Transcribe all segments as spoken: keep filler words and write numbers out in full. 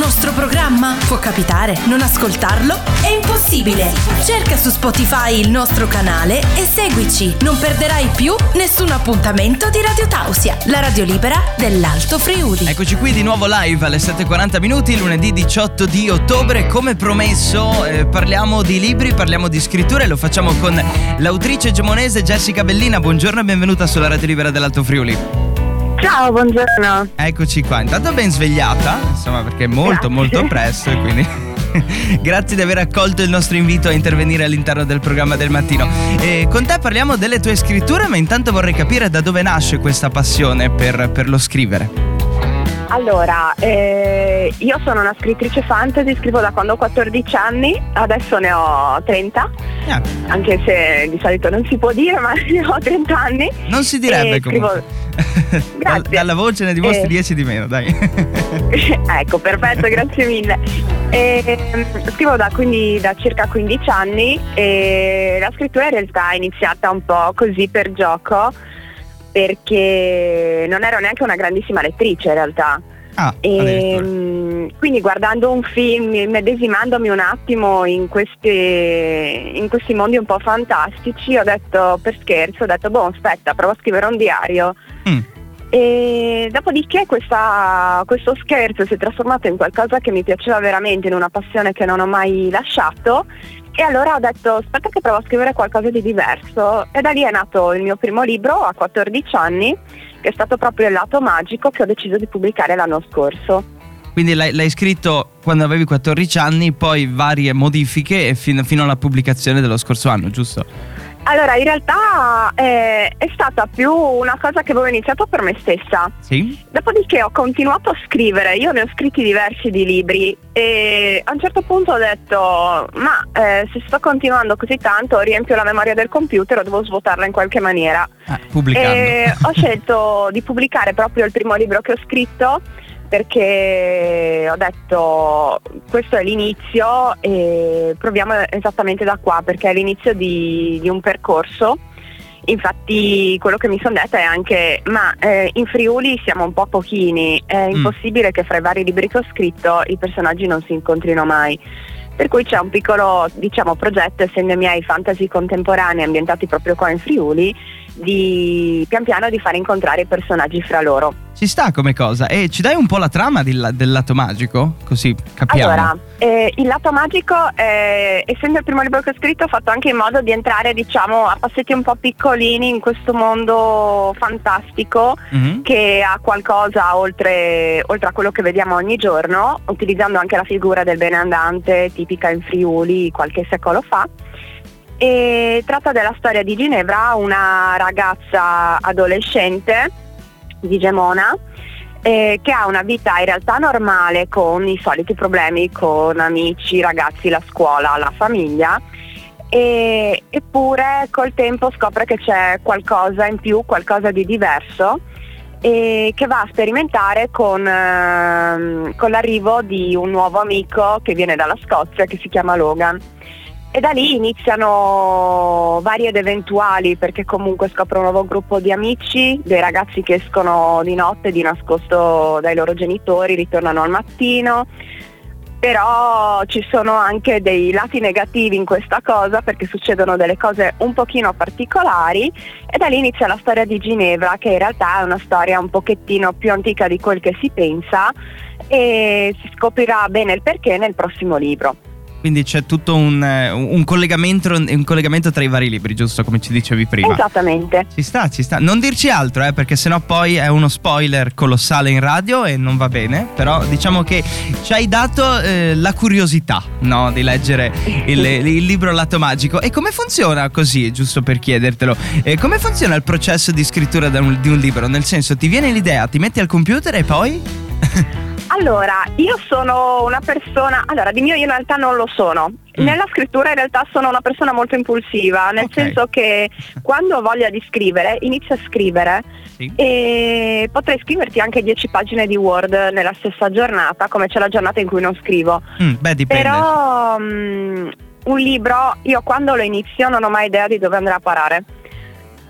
nostro programma? Può capitare. Non ascoltarlo? È impossibile. Cerca su Spotify il nostro canale e seguici. Non perderai più nessun appuntamento di Radio Tausia, la radio libera dell'Alto Friuli. Eccoci qui di nuovo live alle sette e quaranta minuti, lunedì diciotto di ottobre. Come promesso eh, parliamo di libri, parliamo di scrittura e lo facciamo con l'autrice gemonese Jessica Bellina. Buongiorno e benvenuta sulla radio libera dell'Alto Friuli. Ciao, buongiorno. Eccoci qua, intanto ben svegliata, insomma, perché è molto Grazie. molto presto e quindi grazie di aver accolto il nostro invito a intervenire all'interno del programma del mattino. E con te parliamo delle tue scritture, ma intanto vorrei capire da dove nasce questa passione per, per lo scrivere. Allora, eh, io sono una scrittrice fantasy, scrivo da quando ho quattordici anni, adesso ne ho trenta, Yeah. anche se di solito non si può dire, ma ne ho trenta anni. Non si direbbe e comunque. Scrivo... Dal- Grazie. Dalla voce ne dimostri Eh. dieci di meno, dai. Ecco, perfetto, grazie mille. E, scrivo da, quindi, da circa quindici anni e la scrittura in realtà è iniziata un po' così per gioco, perché non ero neanche una grandissima lettrice in realtà. Ah, E, addirittura. mh, quindi guardando un film, medesimandomi un attimo in questi, in questi mondi un po' fantastici, ho detto per scherzo, ho detto boh, aspetta, provo a scrivere un diario. Mm. E dopodiché questa, questo scherzo si è trasformato in qualcosa che mi piaceva veramente, in una passione che non ho mai lasciato, e allora ho detto aspetta che provo a scrivere qualcosa di diverso, e da lì è nato il mio primo libro a quattordici anni, che è stato proprio Il lato magico, che ho deciso di pubblicare l'anno scorso. Quindi l'hai, l'hai scritto quando avevi quattordici anni, poi varie modifiche e fino, fino alla pubblicazione dello scorso anno, giusto? Allora, in realtà eh, è stata più una cosa che avevo iniziato per me stessa. Sì? Dopodiché ho continuato a scrivere, io ne ho scritti diversi di libri e a un certo punto ho detto ma eh, se sto continuando così tanto riempio la memoria del computer o devo svuotarla in qualche maniera. Ah, pubblicando. E ho scelto di pubblicare proprio il primo libro che ho scritto, perché ho detto questo è l'inizio e proviamo esattamente da qua, perché è l'inizio di, di un percorso. Infatti quello che mi sono detta è anche ma eh, in Friuli siamo un po' pochini, è Mm. impossibile che fra i vari libri che ho scritto i personaggi non si incontrino mai, per cui c'è un piccolo, diciamo, progetto, essendo i miei fantasy contemporanei ambientati proprio qua in Friuli, di pian piano di far incontrare i personaggi fra loro. Ci sta come cosa. E ci dai un po' la trama del, del lato magico? Così capiamo. Allora, eh, il lato magico, eh, essendo il primo libro che ho scritto, ho fatto anche in modo di entrare, diciamo, a passetti un po' piccolini in questo mondo fantastico, Mhm. che ha qualcosa oltre, oltre a quello che vediamo ogni giorno, utilizzando anche la figura del benandante tipica in Friuli qualche secolo fa. E tratta della storia di Ginevra, una ragazza adolescente di Gemona, eh, che ha una vita in realtà normale, con i soliti problemi con amici, ragazzi, la scuola, la famiglia, e, eppure col tempo scopre che c'è qualcosa in più, qualcosa di diverso, e che va a sperimentare con, ehm, con l'arrivo di un nuovo amico che viene dalla Scozia, che si chiama Logan. E da lì iniziano vari ed eventuali, perché comunque scopre un nuovo gruppo di amici, dei ragazzi che escono di notte di nascosto dai loro genitori, ritornano al mattino, però ci sono anche dei lati negativi in questa cosa, perché succedono delle cose un pochino particolari, e da lì inizia la storia di Ginevra, che in realtà è una storia un pochettino più antica di quel che si pensa, e si scoprirà bene il perché nel prossimo libro. Quindi c'è tutto un, eh, un collegamento un collegamento tra i vari libri, giusto come ci dicevi prima. Esattamente. Ci sta, ci sta. Non dirci altro, eh, perché sennò poi è uno spoiler colossale in radio e non va bene. Però diciamo che ci hai dato eh, la curiosità, no, di leggere il, il libro Lato Magico. E come funziona così, giusto per chiedertelo? Eh, come funziona il processo di scrittura di un, di un libro? Nel senso, ti viene l'idea, ti metti al computer e poi? Allora, io sono una persona, allora di mio io in realtà non lo sono. Mm. Nella scrittura in realtà sono una persona molto impulsiva, nel Ok. senso che quando ho voglia di scrivere, inizio a scrivere Sì. e potrei scriverti anche dieci pagine di Word nella stessa giornata, come c'è la giornata in cui non scrivo. Mm, beh, dipende. Però mm, un libro, io quando lo inizio non ho mai idea di dove andrà a parare.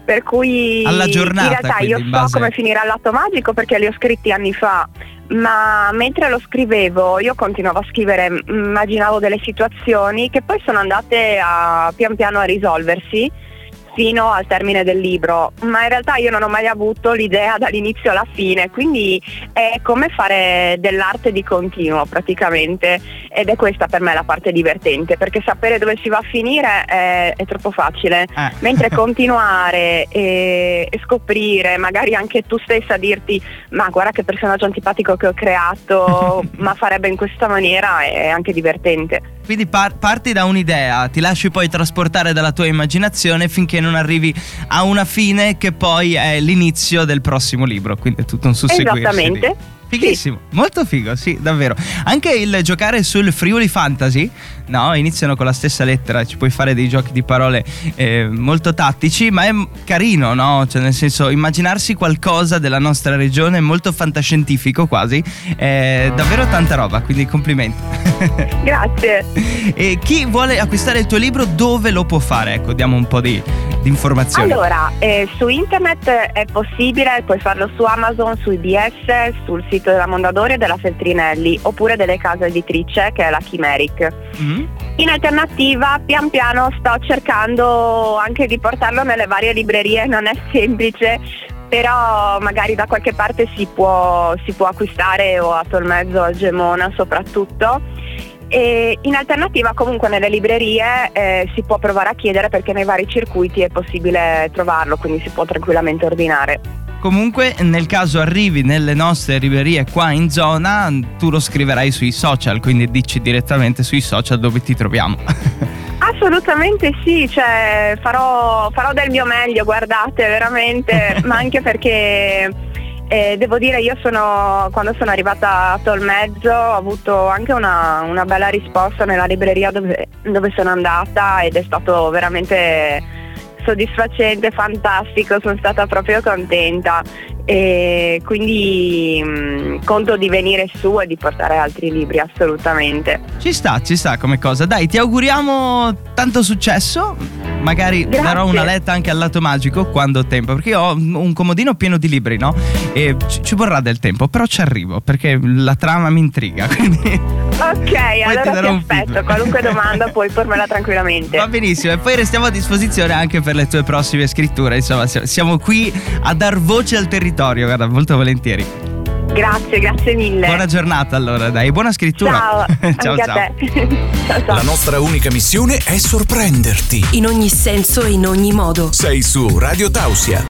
per cui alla giornata, in realtà quindi, io in so base... come finirà il lato magico perché li ho scritti anni fa, ma mentre lo scrivevo io continuavo a scrivere, immaginavo delle situazioni che poi sono andate a, pian piano a risolversi fino al termine del libro, ma in realtà io non ho mai avuto l'idea dall'inizio alla fine, quindi è come fare dell'arte di continuo praticamente, ed è questa per me la parte divertente, perché sapere dove si va a finire è, è troppo facile, eh. mentre continuare e, e scoprire, magari anche tu stessa dirti ma guarda che personaggio antipatico che ho creato, ma farebbe in questa maniera, è anche divertente. Quindi par- parti da un'idea, ti lasci poi trasportare dalla tua immaginazione finché non arrivi a una fine che poi è l'inizio del prossimo libro, quindi è tutto un susseguirsi. Esattamente. Di... Fighissimo, sì. Molto figo, sì, davvero. Anche il giocare sul Friuli Fantasy, no? Iniziano con la stessa lettera, ci puoi fare dei giochi di parole eh, molto tattici, ma è carino, no? Cioè, nel senso, immaginarsi qualcosa della nostra regione, molto fantascientifico quasi, è davvero tanta roba, quindi complimenti. Grazie. E chi vuole acquistare il tuo libro, dove lo può fare? Ecco, diamo un po' di, di informazioni. Allora, eh, su internet è possibile, puoi farlo su Amazon, su I B S, sul sito della Mondadori e della Feltrinelli, oppure delle case editrice che è la Chimeric. Mm-hmm. In alternativa pian piano sto cercando anche di portarlo nelle varie librerie, non è semplice, però magari da qualche parte si può, si può acquistare, o a Tolmezzo, a Gemona soprattutto. E in alternativa comunque nelle librerie eh, si può provare a chiedere, perché nei vari circuiti è possibile trovarlo, quindi si può tranquillamente ordinare. Comunque nel caso arrivi nelle nostre librerie qua in zona, tu lo scriverai sui social, quindi dici direttamente sui social dove ti troviamo. Assolutamente sì, cioè farò, farò del mio meglio, guardate, veramente, ma anche perché eh, devo dire, io sono quando sono arrivata a Tolmezzo ho avuto anche una, una bella risposta nella libreria dove, dove sono andata, ed è stato veramente soddisfacente, fantastico, sono stata proprio contenta, e quindi mh, conto di venire su e di portare altri libri, assolutamente. Ci sta, ci sta come cosa. Dai, ti auguriamo tanto successo. Magari Grazie. Darò una letta anche al lato magico quando ho tempo, perché io ho un comodino pieno di libri, no? E ci, ci vorrà del tempo, però ci arrivo, perché la trama mi intriga, quindi... Ok, allora ti, ti aspetto, qualunque domanda puoi pormela tranquillamente. Va benissimo, e poi restiamo a disposizione anche per le tue prossime scritture. Insomma, siamo qui a dar voce al territorio, guarda, molto volentieri. Grazie, grazie mille. Buona giornata allora, dai, buona scrittura. Ciao, ciao, anche ciao. a te. Ciao, ciao. La nostra unica missione è sorprenderti. In ogni senso e in ogni modo. Sei su Radio Tausia.